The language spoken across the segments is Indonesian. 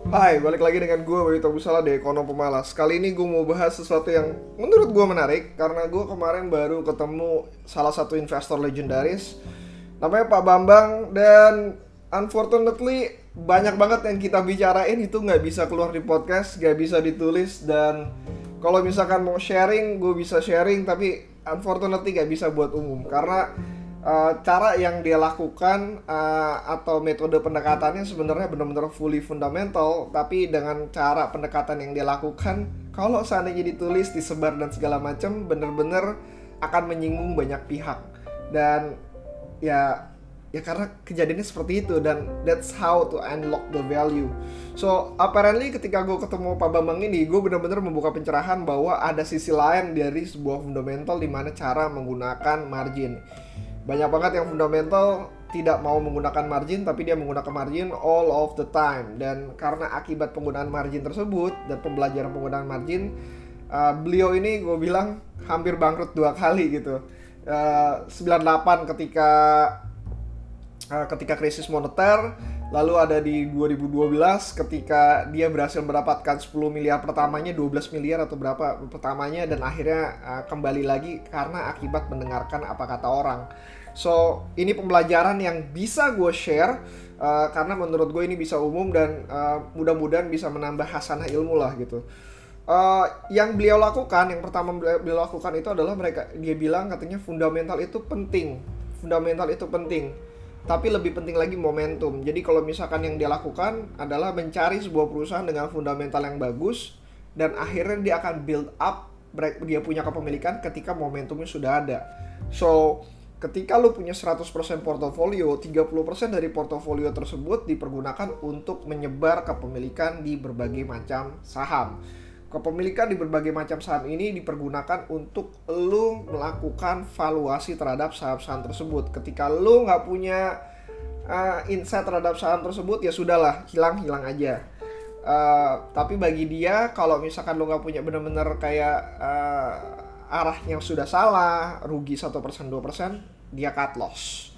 Hai, balik lagi dengan gue Bayu Tabusala di Ekonom Pemalas. Kali ini gue mau bahas sesuatu yang menurut gue menarik karena gue kemarin baru ketemu salah satu investor legendaris namanya Pak Bambang, dan unfortunately banyak banget yang kita bicarain itu nggak bisa keluar di podcast, nggak bisa ditulis, dan kalau misalkan mau sharing gue bisa sharing, tapi unfortunately nggak bisa buat umum karena cara yang dia lakukan atau metode pendekatannya sebenarnya benar-benar fully fundamental, tapi dengan cara pendekatan yang dia lakukan kalau seandainya ditulis, disebar dan segala macam benar-benar akan menyinggung banyak pihak. Dan ya ya karena kejadiannya seperti itu, dan that's how to unlock the value. So apparently ketika gue ketemu Pak Bambang ini, gue benar-benar membuka pencerahan bahwa ada sisi lain dari sebuah fundamental di mana cara menggunakan margin. Banyak banget yang fundamental tidak mau menggunakan margin, tapi dia menggunakan margin all of the time. Dan karena akibat penggunaan margin tersebut dan pembelajaran penggunaan margin, beliau ini gue bilang hampir bangkrut 2 kali gitu. 98 ketika krisis moneter, lalu ada di 2012 ketika dia berhasil mendapatkan 10 miliar pertamanya, 12 miliar atau berapa pertamanya, dan akhirnya kembali lagi karena akibat mendengarkan apa kata orang. So ini pembelajaran yang bisa gue share karena menurut gue ini bisa umum, dan mudah-mudahan bisa menambah hasanah ilmu lah gitu. Yang beliau lakukan, yang pertama beliau lakukan itu adalah dia bilang katanya fundamental itu penting, tapi lebih penting lagi momentum. Jadi kalau misalkan yang dia lakukan adalah mencari sebuah perusahaan dengan fundamental yang bagus, dan akhirnya dia akan build up, dia punya kepemilikan ketika momentumnya sudah ada. So ketika lu punya 100% portofolio, 30% dari portofolio tersebut dipergunakan untuk menyebar kepemilikan di berbagai macam saham. Kepemilikan di berbagai macam saham ini dipergunakan untuk lu melakukan valuasi terhadap saham-saham tersebut. Ketika lu nggak punya insight terhadap saham tersebut, ya sudahlah, hilang aja. Tapi bagi dia, kalau misalkan lu nggak punya benar-benar kayak arah yang sudah salah, rugi 1%, 2%, dia cut loss.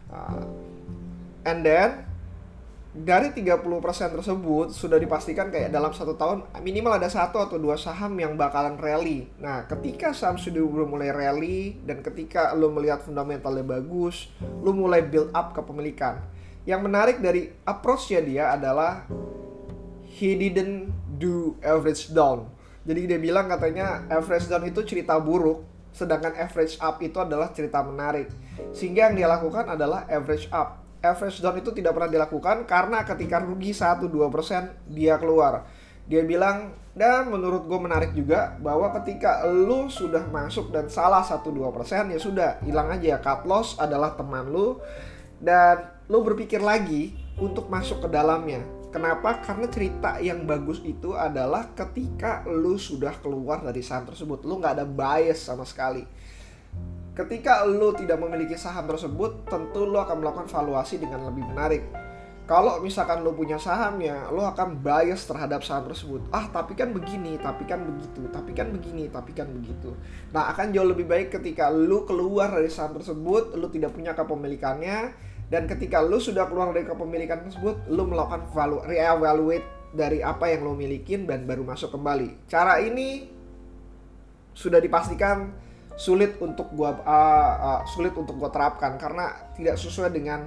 And then dari 30% tersebut sudah dipastikan kayak dalam 1 tahun minimal ada 1 atau 2 saham yang bakalan rally. Nah ketika saham sudah mulai rally dan ketika lo melihat fundamentalnya bagus, lo mulai build up kepemilikan. Yang menarik dari approach-nya dia adalah he didn't do average down. Jadi dia bilang katanya average down itu cerita buruk, sedangkan average up itu adalah cerita menarik. Sehingga yang dia lakukan adalah average up. Average down itu tidak pernah dilakukan karena ketika rugi 1-2% dia keluar. Dia bilang, dan menurut gue menarik juga, bahwa ketika lu sudah masuk dan salah 1-2%, ya sudah, hilang aja. Cut loss adalah teman lu, dan lu berpikir lagi untuk masuk ke dalamnya. Kenapa? Karena cerita yang bagus itu adalah ketika lu sudah keluar dari saham tersebut, lu gak ada bias sama sekali. Ketika lo tidak memiliki saham tersebut, tentu lo akan melakukan valuasi dengan lebih menarik. Kalau misalkan lo punya sahamnya, lo akan bias terhadap saham tersebut. Tapi kan begini, tapi kan begitu, tapi kan begini, tapi kan begitu. Nah, akan jauh lebih baik ketika lo keluar dari saham tersebut, lo tidak punya kepemilikannya, dan ketika lo sudah keluar dari kepemilikan tersebut, lo melakukan re-evaluate dari apa yang lo milikin dan baru masuk kembali. Cara ini sudah dipastikan sulit untuk gua terapkan karena tidak sesuai dengan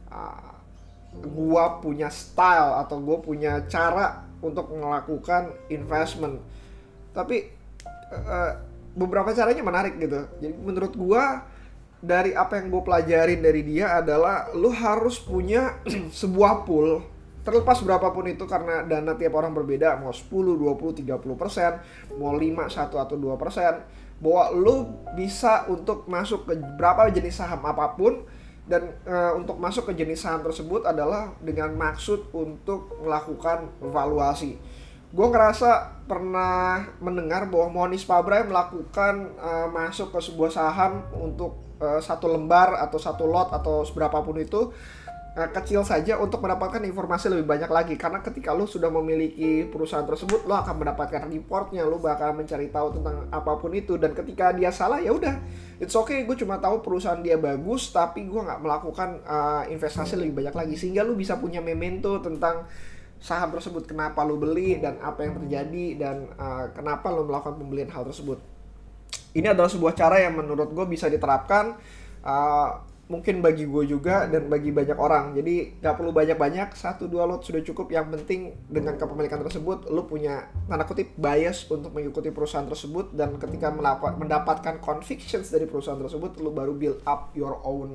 gua punya style atau gua punya cara untuk melakukan investment. Tapi beberapa caranya menarik gitu. Jadi menurut gua, dari apa yang gua pelajarin dari dia adalah lu harus punya sebuah pool, terlepas berapapun itu, karena dana tiap orang berbeda, mau 10, 20, 30%, mau 5, 1 atau 2%, bahwa lu bisa untuk masuk ke berapa jenis saham apapun, dan untuk masuk ke jenis saham tersebut adalah dengan maksud untuk melakukan valuasi. Gue ngerasa pernah mendengar bahwa Monis Pabrai melakukan masuk ke sebuah saham untuk 1 lembar atau 1 lot atau seberapapun itu, kecil saja, untuk mendapatkan informasi lebih banyak lagi. Karena ketika lo sudah memiliki perusahaan tersebut, lo akan mendapatkan reportnya, lo bakal mencari tahu tentang apapun itu. Dan ketika dia salah, ya udah, it's okay, gue cuma tahu perusahaan dia bagus, tapi gue nggak melakukan investasi lebih banyak lagi. Sehingga lo bisa punya memento tentang saham tersebut, kenapa lo beli dan apa yang terjadi, dan kenapa lo melakukan pembelian hal tersebut. Ini adalah sebuah cara yang menurut gue bisa diterapkan, mungkin bagi gue juga dan bagi banyak orang. Jadi gak perlu banyak-banyak, 1-2 lot sudah cukup. Yang penting dengan kepemilikan tersebut lo punya tanda kutip bias untuk mengikuti perusahaan tersebut, dan ketika mendapatkan convictions dari perusahaan tersebut, lo baru build up your own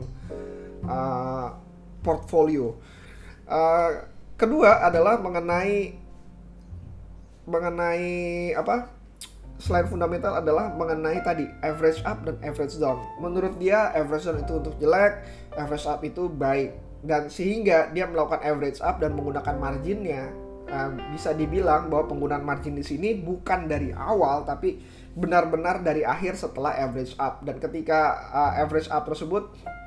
portfolio. Kedua adalah mengenai apa? Selain fundamental adalah mengenai tadi average up dan average down. Menurut dia average down itu untuk jelek, average up itu baik, dan sehingga dia melakukan average up dan menggunakan marginnya. Bisa dibilang bahwa penggunaan margin di sini bukan dari awal, tapi benar-benar dari akhir setelah average up. Dan ketika average up tersebut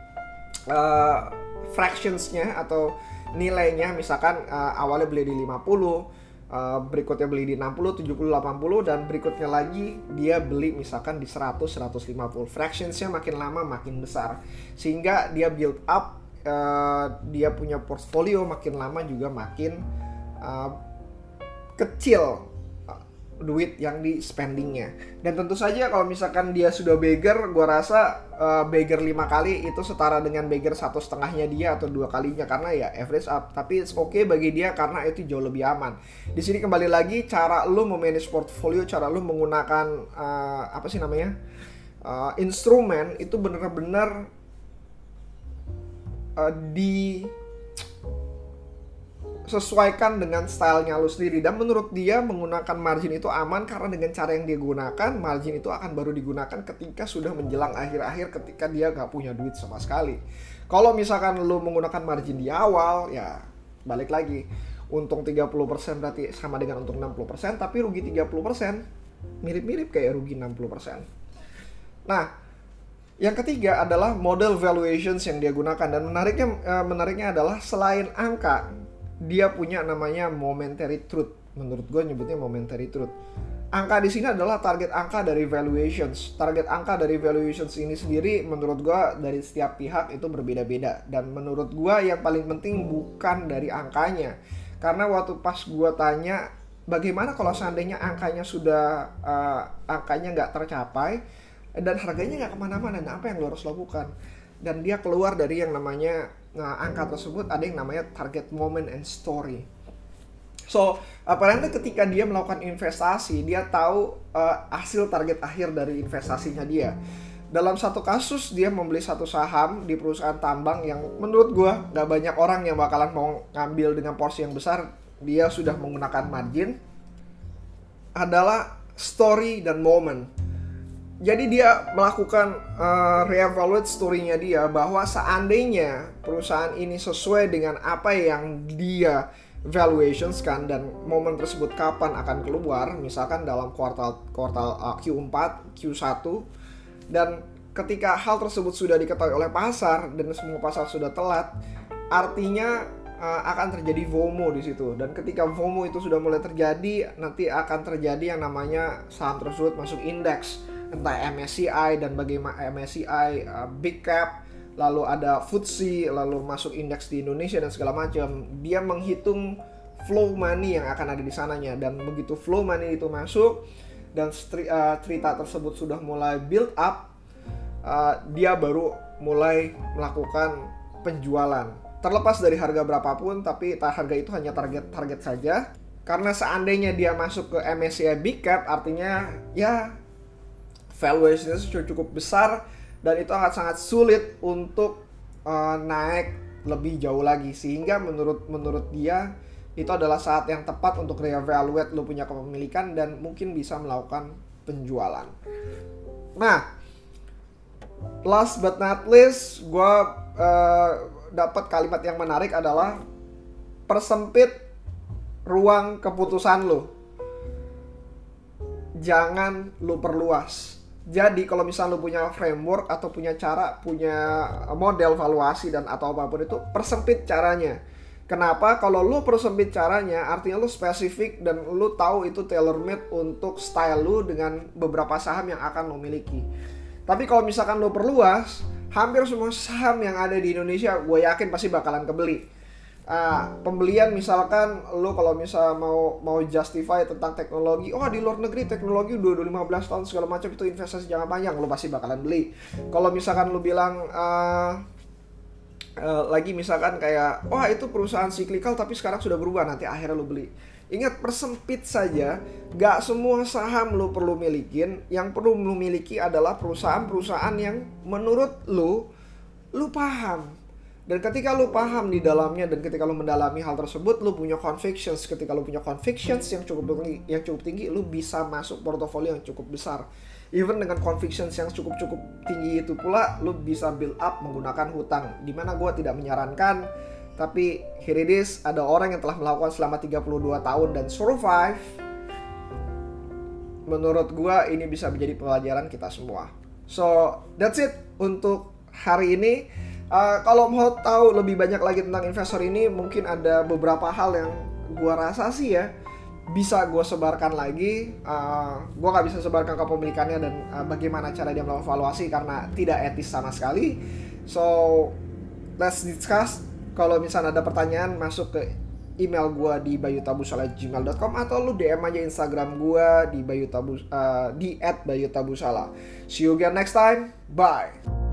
fractionsnya atau nilainya, misalkan awalnya beli di 50, berikutnya beli di 60, 70, 80, dan berikutnya lagi dia beli misalkan di 100, 150. Fractionsnya makin lama makin besar, sehingga dia build up, dia punya portfolio makin lama juga makin kecil duit yang di spendingnya. Dan tentu saja kalau misalkan dia sudah beggar, gua rasa beggar 5 kali itu setara dengan beggar 1,5-nya dia atau 2 kalinya, karena ya average up. Tapi it's okay bagi dia karena itu jauh lebih aman. Di sini kembali lagi cara lu memanage portfolio, cara lu menggunakan instrumen itu benar-benar sesuaikan dengan stylenya lu sendiri. Dan menurut dia menggunakan margin itu aman karena dengan cara yang dia gunakan, margin itu akan baru digunakan ketika sudah menjelang akhir-akhir, ketika dia gak punya duit sama sekali. Kalau misalkan lu menggunakan margin di awal, ya balik lagi, untung 30% berarti sama dengan untung 60%, tapi rugi 30% mirip-mirip kayak rugi 60%. Nah, yang ketiga adalah model valuations yang dia gunakan. Dan menariknya adalah selain angka, dia punya namanya momentary truth. Menurut gue nyebutnya momentary truth. Angka di sini adalah target angka dari valuations. Target angka dari valuations ini sendiri menurut gue dari setiap pihak itu berbeda-beda. Dan menurut gue yang paling penting bukan dari angkanya. Karena waktu pas gue tanya bagaimana kalau seandainya angkanya sudah angkanya nggak tercapai dan harganya nggak kemana-mana, nah apa yang lo harus lakukan? Dan dia keluar dari yang namanya angka tersebut ada yang namanya target moment and story. So, apalagi ketika dia melakukan investasi, dia tahu hasil target akhir dari investasinya dia. Dalam satu kasus, dia membeli satu saham di perusahaan tambang yang menurut gua gak banyak orang yang bakalan mau ngambil dengan porsi yang besar. Dia sudah menggunakan margin, adalah story dan moment. Jadi dia melakukan reevaluate story-nya dia, bahwa seandainya perusahaan ini sesuai dengan apa yang dia valuations kan, dan momen tersebut kapan akan keluar, misalkan dalam kuartal Q4, Q1, dan ketika hal tersebut sudah diketahui oleh pasar dan semua pasar sudah telat, artinya akan terjadi FOMO di situ. Dan ketika FOMO itu sudah mulai terjadi, nanti akan terjadi yang namanya saham tersebut masuk indeks, entah MSCI dan bagaimana MSCI big cap, lalu ada FTSE, lalu masuk indeks di Indonesia dan segala macam. Dia menghitung flow money yang akan ada di sananya, dan begitu flow money itu masuk dan cerita tersebut sudah mulai build up, dia baru mulai melakukan penjualan. Terlepas dari harga berapapun, tapi harga itu hanya target saja. Karena seandainya dia masuk ke MSCI big cap, artinya ya valuation-nya sudah cukup besar, dan itu akan sangat sulit untuk naik lebih jauh lagi. Sehingga menurut dia itu adalah saat yang tepat untuk reevaluate lo punya kepemilikan dan mungkin bisa melakukan penjualan. Nah, last but not least, gue dapat kalimat yang menarik adalah persempit ruang keputusan lo, jangan lo perluas. Jadi kalau misalnya lo punya framework atau punya cara, punya model valuasi dan atau apapun itu, persempit caranya. Kenapa? Kalau lo persempit caranya, artinya lo spesifik dan lo tahu itu tailor made untuk style lo dengan beberapa saham yang akan lo miliki. Tapi kalau misalkan lo perluas, hampir semua saham yang ada di Indonesia gue yakin pasti bakalan kebeli. Pembelian misalkan lu kalau misal mau justify tentang teknologi, oh di luar negeri teknologi udah 15 tahun segala macam, itu investasi jangka panjang, lu pasti bakalan beli. Kalau misalkan lu bilang lagi misalkan kayak, wah itu perusahaan siklikal tapi sekarang sudah berubah, nanti akhirnya lu beli. Ingat, persempit saja, gak semua saham lu perlu milikin. Yang perlu lu miliki adalah perusahaan-perusahaan yang menurut lu paham. Dan ketika lu paham di dalamnya dan ketika lu mendalami hal tersebut, lu punya convictions. Ketika lu punya convictions yang cukup tinggi, lu bisa masuk portofolio yang cukup besar. Even dengan convictions yang cukup tinggi itu pula, lu bisa build up menggunakan hutang. Dimana gue tidak menyarankan, tapi here it is, ada orang yang telah melakukan selama 32 tahun dan survive. Menurut gue ini bisa menjadi pelajaran kita semua. So that's it untuk hari ini. Kalau mau tahu lebih banyak lagi tentang investor ini, mungkin ada beberapa hal yang gue rasa sih ya bisa gue sebarkan lagi. Gue gak bisa sebarkan kepemilikannya dan bagaimana cara dia melakukan valuasi karena tidak etis sama sekali. So let's discuss. Kalau misalnya ada pertanyaan, masuk ke email gue di bayutabusala@gmail.com atau lu DM aja Instagram gue di @bayutabusala. See you again next time. Bye.